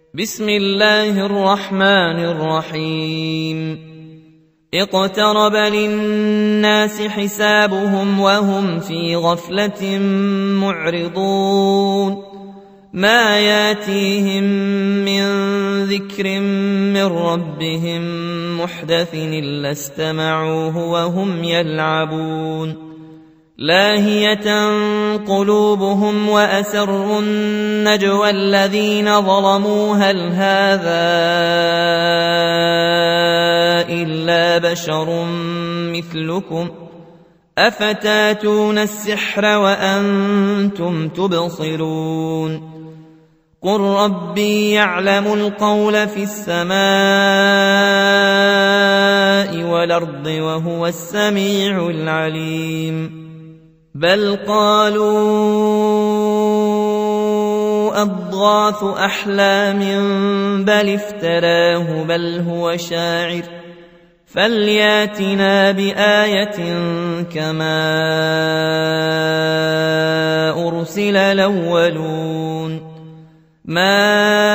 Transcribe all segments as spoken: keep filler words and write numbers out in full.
بسم الله الرحمن الرحيم اقترب للناس حسابهم وهم في غفلة معرضون ما ياتيهم من ذكر من ربهم محدث إلا استمعوه وهم يلعبون لاهية قلوبهم وأسروا النجوى الذين ظلموا هل هذا إلا بشر مثلكم أفتاتون السحر وأنتم تبصرون قل ربي يعلم القول في السماء والأرض وهو السميع العليم بل قالوا أضغاث أحلام بل افتراه بل هو شاعر فلياتنا بآية كما أرسل الأولون ما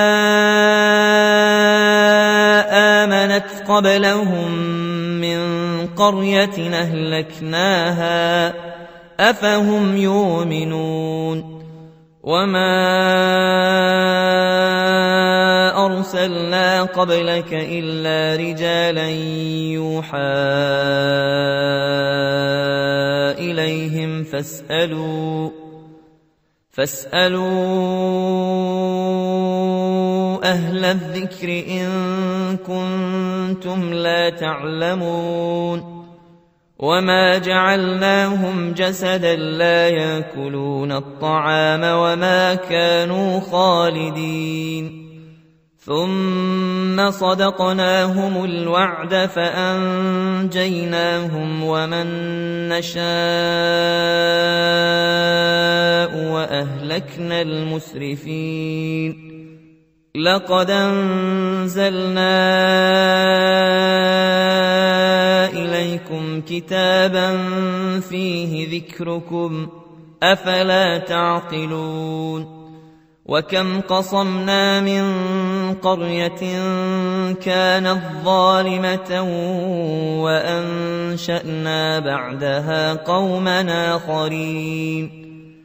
آمنت قبلهم من قرية أهلكناها أفهم يؤمنون وما أرسلنا قبلك إلا رجالا يوحى إليهم فاسألوا فاسألوا أهل الذكر إن كنتم لا تعلمون وما جعلناهم جسدا لا يأكلون الطعام وما كانوا خالدين ثم صدقناهم الوعد فأنجيناهم ومن نشاء وأهلكنا المسرفين لقد أنزلنا إليكم كتابا فيه ذكركم أفلا تعقلون وكم قصمنا من قرية كانت ظالمة وأنشأنا بعدها قوما آخرين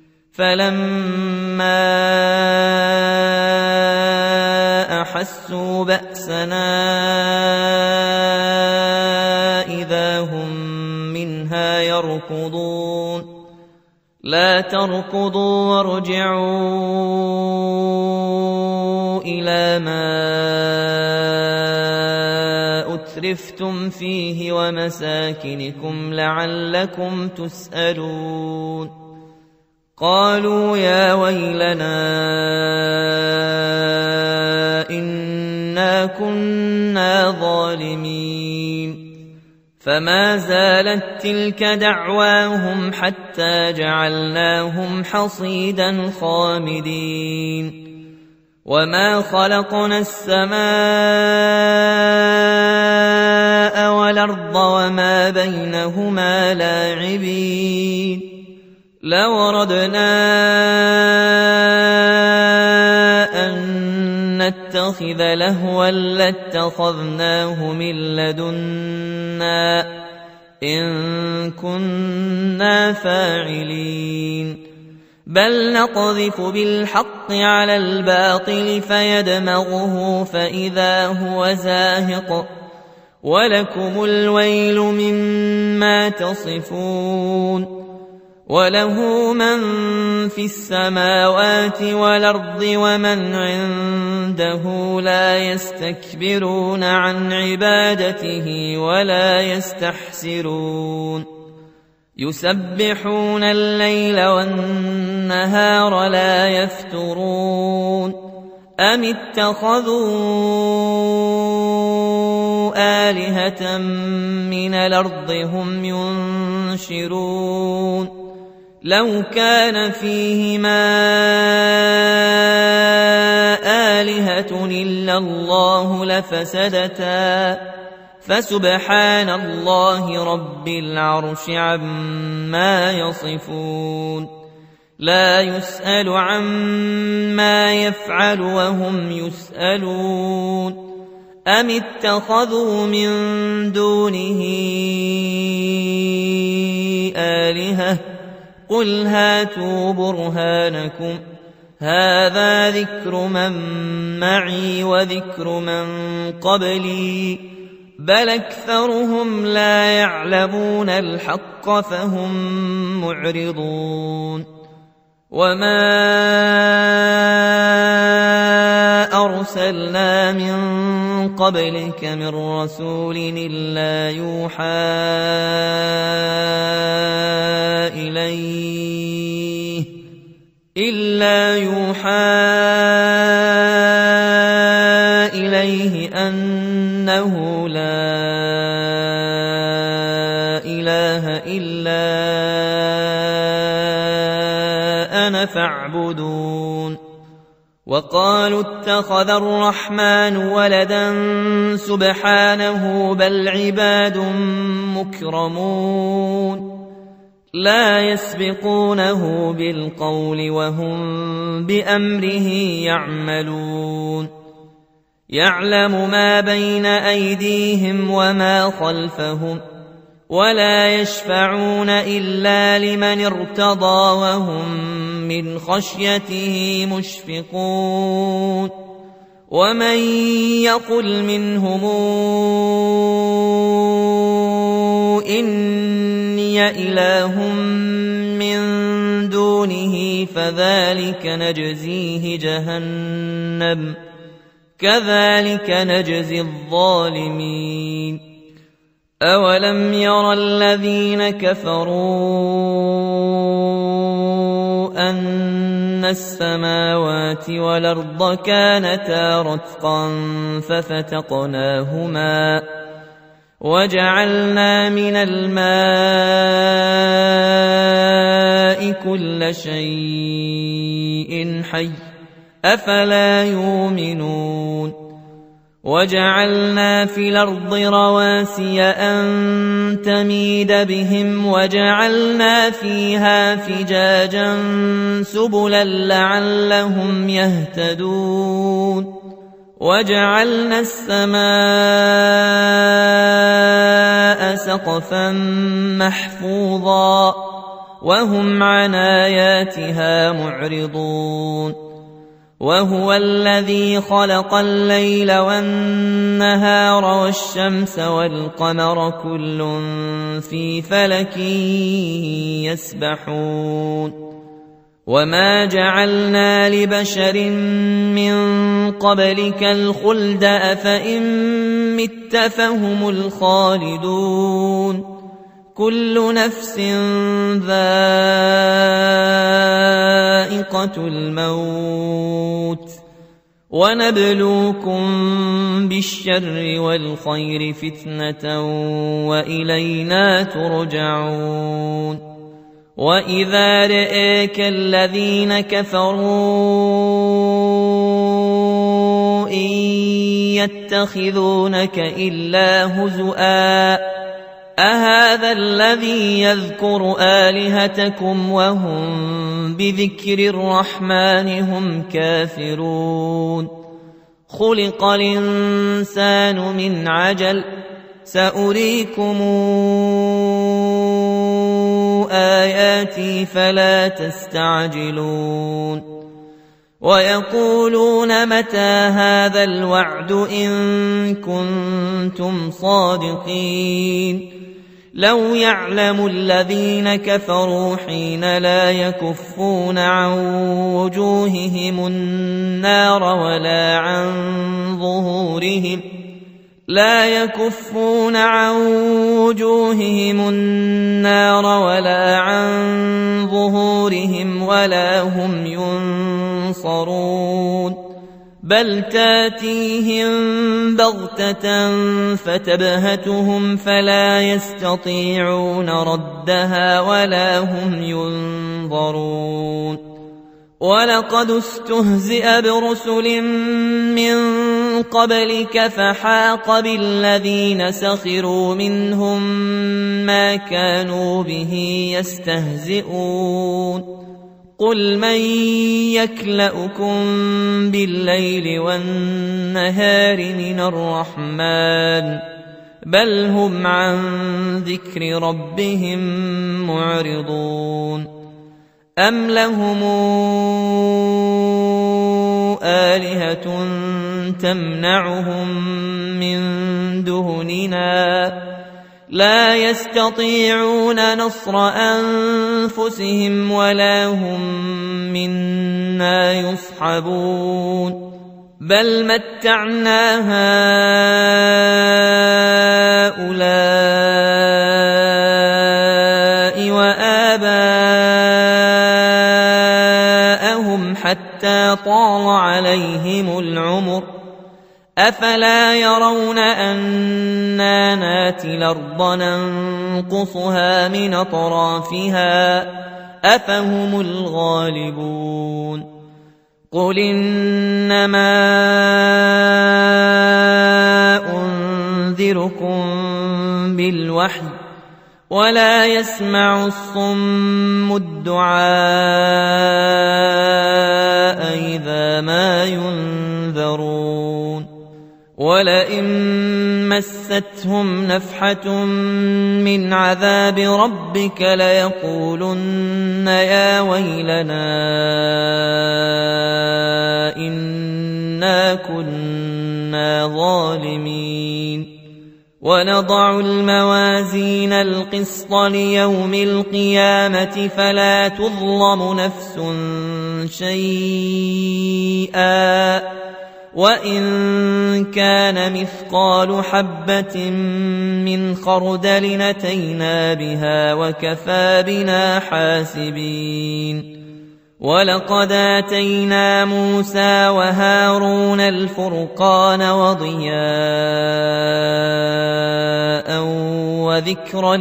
فلما أحسوا بأسنا إذا هم منها يركضون لا تركضوا وارجعوا إلى ما أترفتم فيه ومساكنكم لعلكم تسألون قالوا يا ويلنا إنا كنا ظالمين فما زالت تلك دعواهم حتى جعلناهم حصيدا خامدين وما خلقنا السماء والأرض وما بينهما لاعبين لو أردنا أن نتخذ لهوا لاتخذناه من لدنا إن كنا فاعلين بل نقذف بالحق على الباطل فيدمغه فإذا هو زاهق ولكم الويل مما تصفون وله من في السماوات والأرض ومن عنده لا يستكبرون عن عبادته ولا يستحسرون يسبحون الليل والنهار لا يفترون أم اتخذوا آلهة من الأرض هم ينشرون لو كان فيهما آلهة إلا الله لفسدتا فسبحان الله رب العرش عما يصفون لا يسأل عما يفعل وهم يسألون أم اتخذوا من دونه آلهة قل هاتوا برهانكم هذا ذكر من معي وذكر من قبلي بل أكثرهم لا يعلمون الحق فهم معرضون وما أرسلنا من قبلك من رسول إلا يوحى إليه إلا يوحى إليه أنه لا إله إلا أنا فاعبدون وقالوا اتخذ الرحمن ولدا سبحانه بل عباد مكرمون لا يسبقونه بالقول وهم بأمره يعملون يعلم ما بين أيديهم وما خلفهم ولا يشفعون إلا لمن ارتضى وهم من خشيته مشفقون ومن يقل منهم إني إله من دونه فذلك نجزيه جهنم كذلك نجزي الظالمين أولم ير الذين كفروا أن السماوات والأرض كانتا رتقا ففتقناهما وجعلنا من الماء كل شيء حي أفلا يؤمنون وجعلنا في الأرض رواسي أن تميد بهم وجعلنا فيها فجاجا سبلا لعلهم يهتدون وجعلنا السماء سقفا محفوظا وهم عن آياتها معرضون وهو الذي خلق الليل والنهار والشمس والقمر كل في فلك يسبحون وما جعلنا لبشر من قبلك الخلد أفإن مت فهم الخالدون كل نفس ذائقة الموت ونبلوكم بالشر والخير فتنة وإلينا ترجعون وإذا رئيك الذين كفروا إن يتخذونك إلا هزؤا أهذا الذي يذكر آلهتكم وهم بذكر الرحمن هم كافرون خلق الإنسان من عجل سأريكم آياتي فلا تستعجلون ويقولون متى هذا الوعد إن كنتم صادقين لو يعلم الذين كفروا حين لا يكفون عن وجوههم النار ولا عن ظهورهم لا يكفون عن وجوههم النار ولا عن ظهورهم ولا هم ينصرون بل تاتيهم بغتة فتبهتهم فلا يستطيعون ردها ولا هم ينظرون ولقد استهزئ برسل من قبلك فحاق بالذين سخروا منهم ما كانوا به يستهزئون قل من يكلؤكم بالليل والنهار من الرحمن بل هم عن ذكر ربهم معرضون أم لهم آلهة تمنعهم من دوننا لا يستطيعون نصر أنفسهم ولا هم منا يصحبون بل متعنا هؤلاء وآباءهم حتى طال عليهم العمر أفلا يرون أنا ناتي الأرض ننقصها من أطرافها أفهم الغالبون قل إنما أنذركم بالوحي ولا يسمع الصم الدعاء إذا ما ينذرون ولئن مستهم نفحة من عذاب ربك ليقولن يا ويلنا إنا كنا ظالمين ونضع الموازين القسط ليوم القيامة فلا تظلم نفس شيئا وإن كان مثقال حبة من خردل أتينا بها وكفى بنا حاسبين ولقد آتينا موسى وهارون الفرقان وضياء وذكرا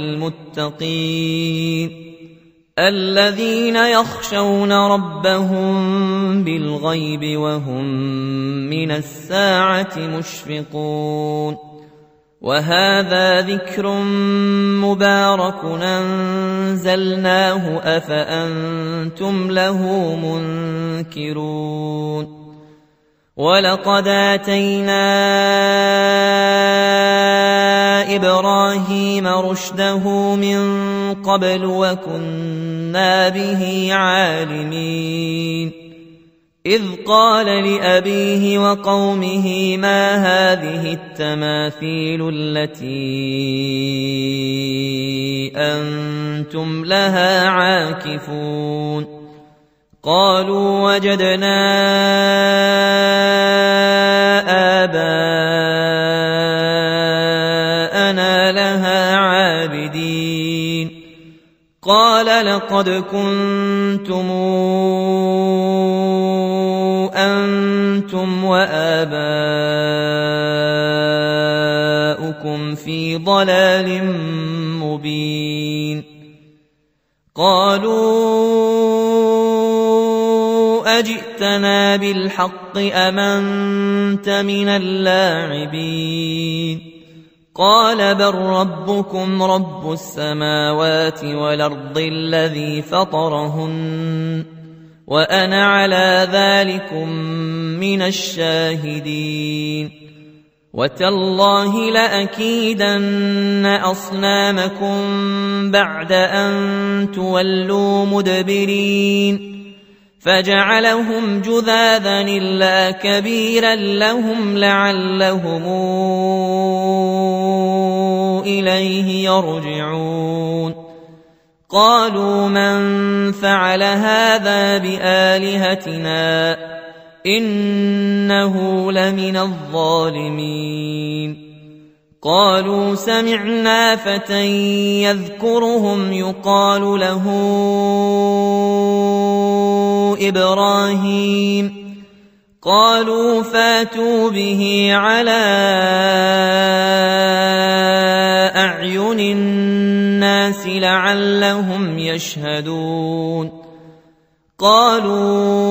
للمتقين الذين يخشون ربهم بالغيب وهم من الساعة مشفقون وهذا ذكر مبارك أنزلناه أفأنتم له منكرون ولقد آتينا إبراهيم رشده من قبل وكنا به عالمين إذ قال لأبيه وقومه ما هذه التماثيل التي أنتم لها عاكفون قالوا وجدنا آباءنا لها عابدين قال لقد كنتم أنتم وآباؤكم في ضلال مبين قالوا أجئتنا بالحق أم أنت من اللاعبين قال بل ربكم رب السماوات والأرض الذي فطرهن وأنا على ذلكم من الشاهدين وتالله لأكيدن أصنامكم بعد أن تولوا مدبرين فجعلهم جذاذا إلا كبيرا لهم لعلهم إليه يرجعون قالوا من فعل هذا بآلهتنا إنه لمن الظالمين قالوا سمعنا فتى يذكرهم يقال له إبراهيم قالوا فاتوا به على أعين الناس لعلهم يشهدون قالوا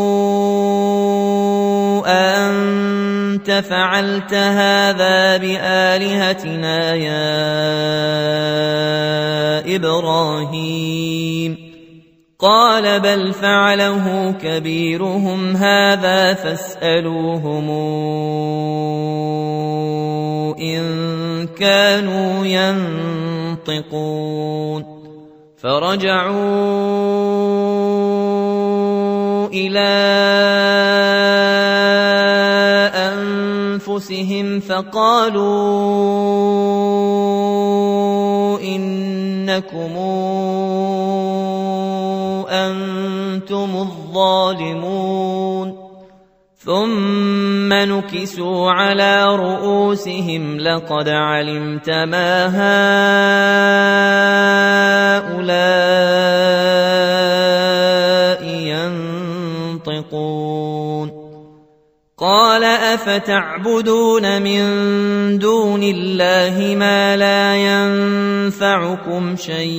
أأنت فعلت هذا بآلهتنا يا إبراهيم قال بل فعله كبيرهم هذا فاسألوهم إن كانوا ينطقون فرجعوا إلى أنفسهم فقالوا إنكم أنتم الظالمون ثم نكسوا على رؤوسهم لقد علمت ما هؤلاء ينطقون قال أفتعبدون من دون الله ما لا ينفعكم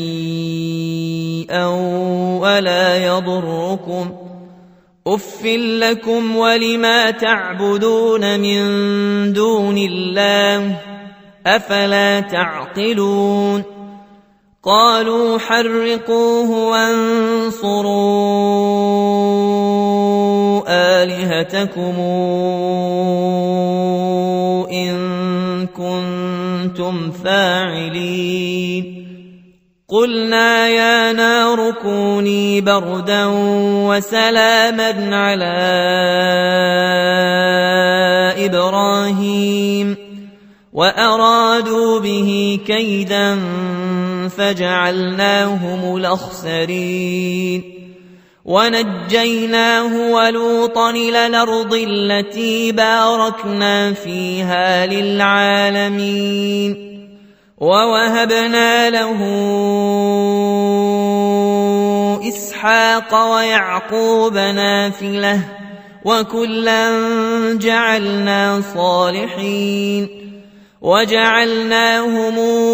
شيئا ولا يضركم أف لكم ولما تعبدون من دون الله أفلا تعقلون قالوا حرقوه وانصروا آلهتكم إن كنتم فاعلين قلنا يا نار كوني بردا وسلاما على إبراهيم وأرادوا به كيدا فجعلناهم الأخسرين ونجيناه ولوطا إلى الأرض التي باركنا فيها للعالمين ووهبنا له إسحاق ويعقوب نافلة وكلا جعلنا صالحين وجعلناهم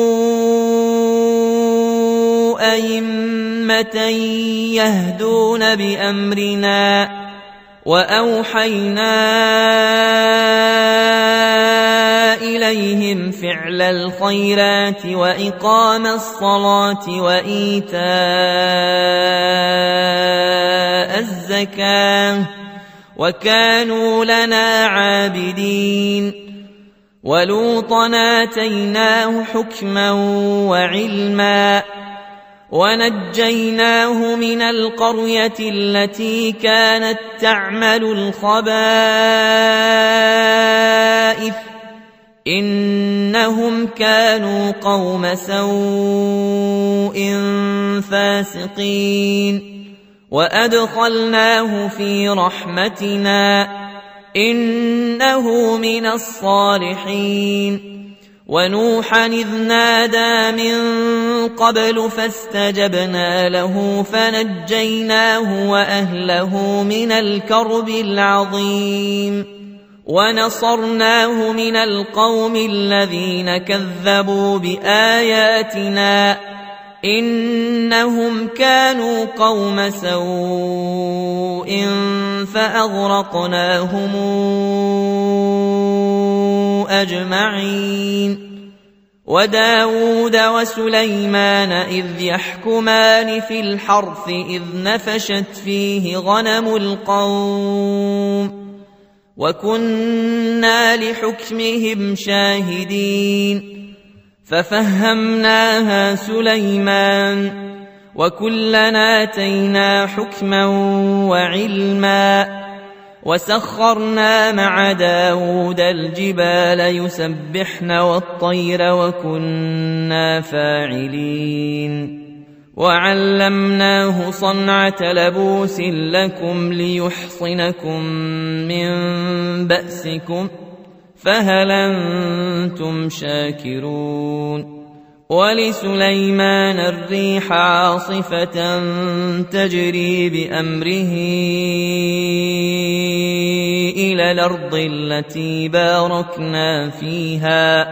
أئمة يهدون بأمرنا وأوحينا إليهم فعل الخيرات وإقام الصلاة وإيتاء الزكاة وكانوا لنا عابدين ولوطا آتيناه حكما وعلما ونجيناه من القرية التي كانت تعمل الخبائث إنهم كانوا قوم سوء فاسقين وأدخلناه في رحمتنا إنه من الصالحين ونوحا إذ نادى من قبل فاستجبنا له فنجيناه وأهله من الكرب العظيم ونصرناه من القوم الذين كذبوا بآياتنا إنهم كانوا قوم سوء فأغرقناهم أجمعين وداود وسليمان إذ يحكمان في الحرث إذ نفشت فيه غنم القوم وكنا لحكمهم شاهدين ففهمناها سليمان وكلنا آتينا حكما وعلما وسخرنا مع داود الجبال يسبحن والطير وكنا فاعلين وعلمناه صنعة لبوس لكم ليحصنكم من بأسكم فهل أنتم شاكرون ولسليمان الريح عاصفة تجري بأمره إلى الأرض التي باركنا فيها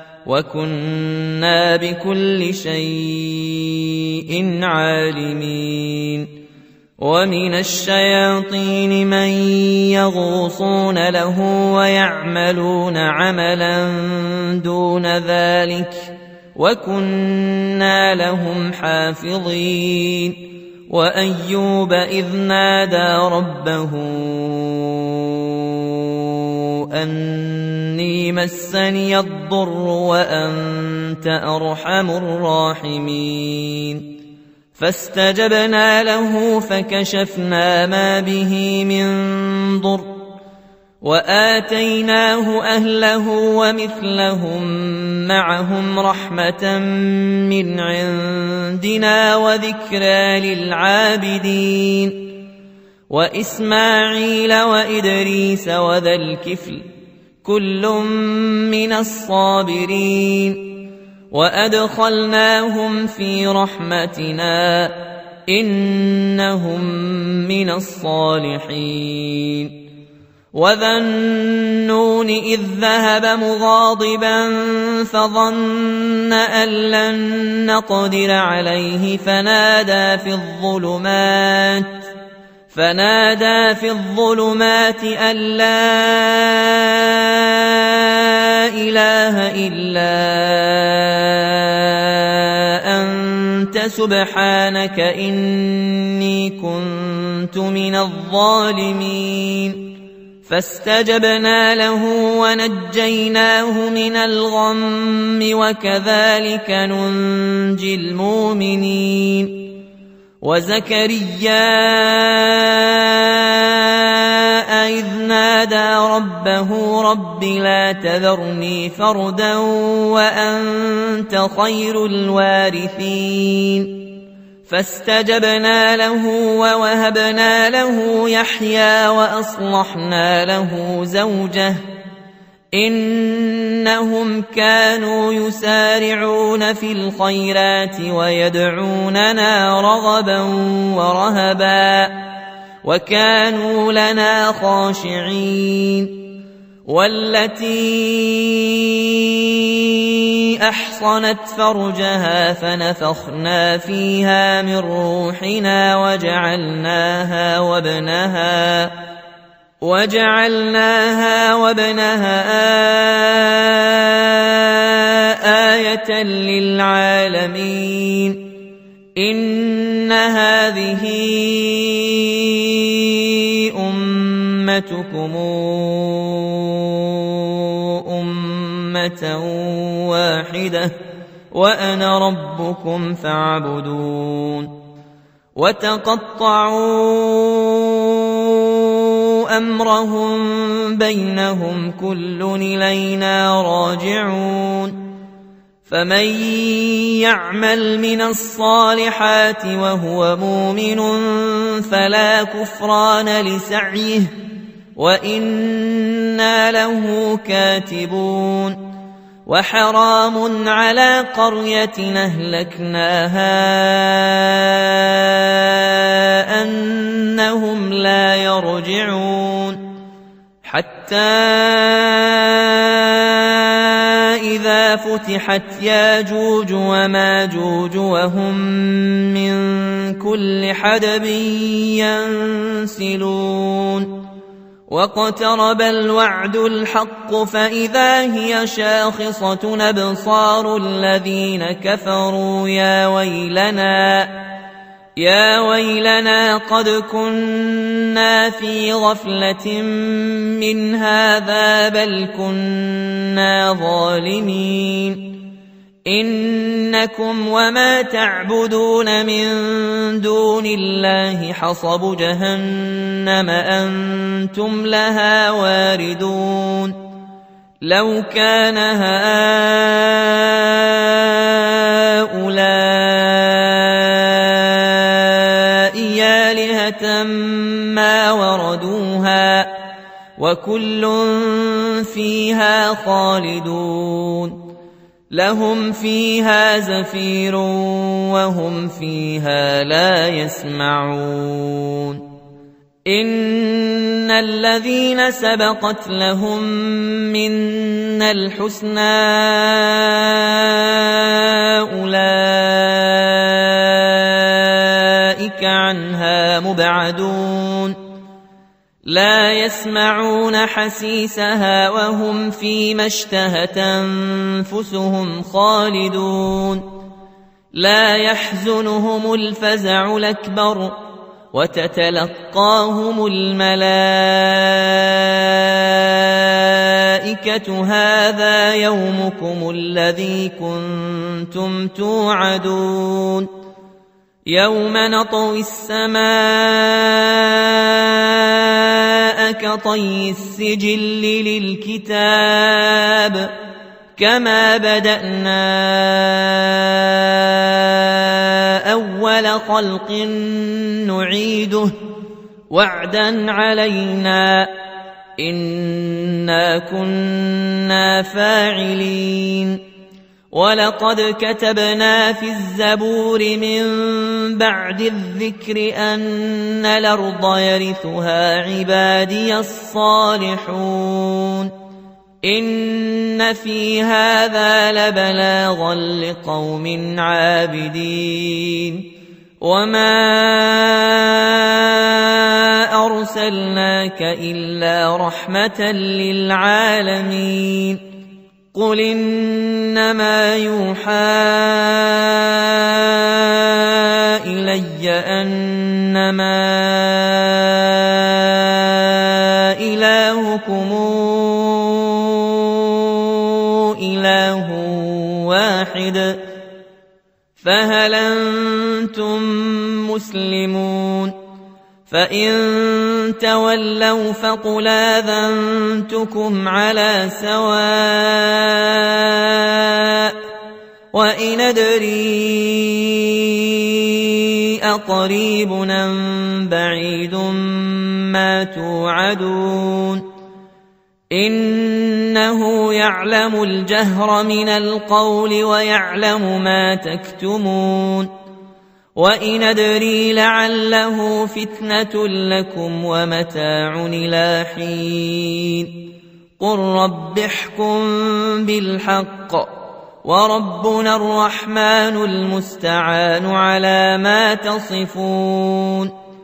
وكنا بكل شيء عالمين ومن الشياطين من يغوصون له ويعملون عملا دون ذلك وكنا لهم حافظين وأيوب إذ نادى ربه أني مسني الضر وأنت أرحم الراحمين فاستجبنا له فكشفنا ما به من ضر وآتيناه أهله ومثلهم معهم رحمة من عندنا وذكرى للعابدين وإسماعيل وإدريس وذا الكفل كل من الصابرين وأدخلناهم في رحمتنا إنهم من الصالحين وذا النون إذ ذهب مغاضبا فظن أن لن نقدر عليه فنادى في الظلمات فنادى في الظلمات أن لا إله إلا أنت سبحانك إني كنت من الظالمين فاستجبنا له ونجيناه من الغم وكذلك ننجي المؤمنين وزكريا إذ نادى ربه رب لا تذرني فردا وأنت خير الوارثين فاستجبنا له ووهبنا له يحيى وأصلحنا له زوجه إنهم كانوا يسارعون في الخيرات ويدعوننا رغبا ورهبا وكانوا لنا خاشعين والتي أحصنت فرجها فنفخنا فيها من روحنا وجعلناها وابنها وجعلناها وابنها آية للعالمين إن هذه أمتكم أمة واحدة وأنا ربكم فاعبدون وتقطعوا أمرهم بينهم كل إلينا راجعون فمن يعمل من الصالحات وهو مؤمن فلا كفران لسعيه وإنا له كاتبون وحرام على قرية أهلكناها أنهم لا يرجعون حتى إذا فتحت ياجوج وماجوج وهم من كل حدب ينسلون واقترب الوعد الحق فإذا هي شاخصة أبصار الذين كفروا يا ويلنا يا ويلنا قد كنا في غفلة من هذا بل كنا ظالمين إنكم وما تعبدون من دون الله حصب جهنم أنتم لها واردون لو كان هؤلاء آلهة ما وردوها وكل فيها خالدون لهم فيها زفير وهم فيها لا يسمعون إن الذين سبقت لهم منا الحسنى أولئك عنها مبعدون لا يسمعون حسيسها وهم فيما اشتهت أنفسهم خالدون لا يحزنهم الفزع الأكبر وتتلقاهم الملائكة هذا يومكم الذي كنتم توعدون يوم نطوي السماء كطي السجل للكتاب كما بدأنا أول خلق نعيده وعدا علينا إنا كنا فاعلين ولقد كتبنا في الزبور من بعد الذكر أن الأرض يرثها عبادي الصالحون إن في هذا لبلاغا لقوم عابدين وما أرسلناك إلا رحمة للعالمين قل إنما يوحى إلي أنما إلهكم إله واحد فهل أنتم مسلمون فإن تولوا فقل آذنتكم على سواء وإن أدري أقريب أم بعيد ما توعدون إنه يعلم الجهر من القول ويعلم ما تكتمون وإن أدري لعله فتنة لكم ومتاع إلى حين قل رب احكم بالحق وربنا الرحمن المستعان على ما تصفون